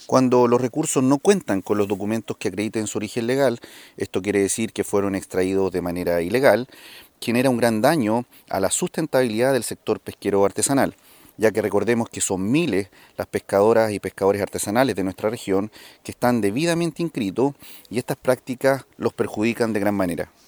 Cuando los recursos no cuentan con los documentos que acrediten su origen legal, esto quiere decir que fueron extraídos de manera ilegal, genera un gran daño a la sustentabilidad del sector pesquero artesanal, ya que recordemos que son miles las pescadoras y pescadores artesanales de nuestra región que están debidamente inscritos y estas prácticas los perjudican de gran manera.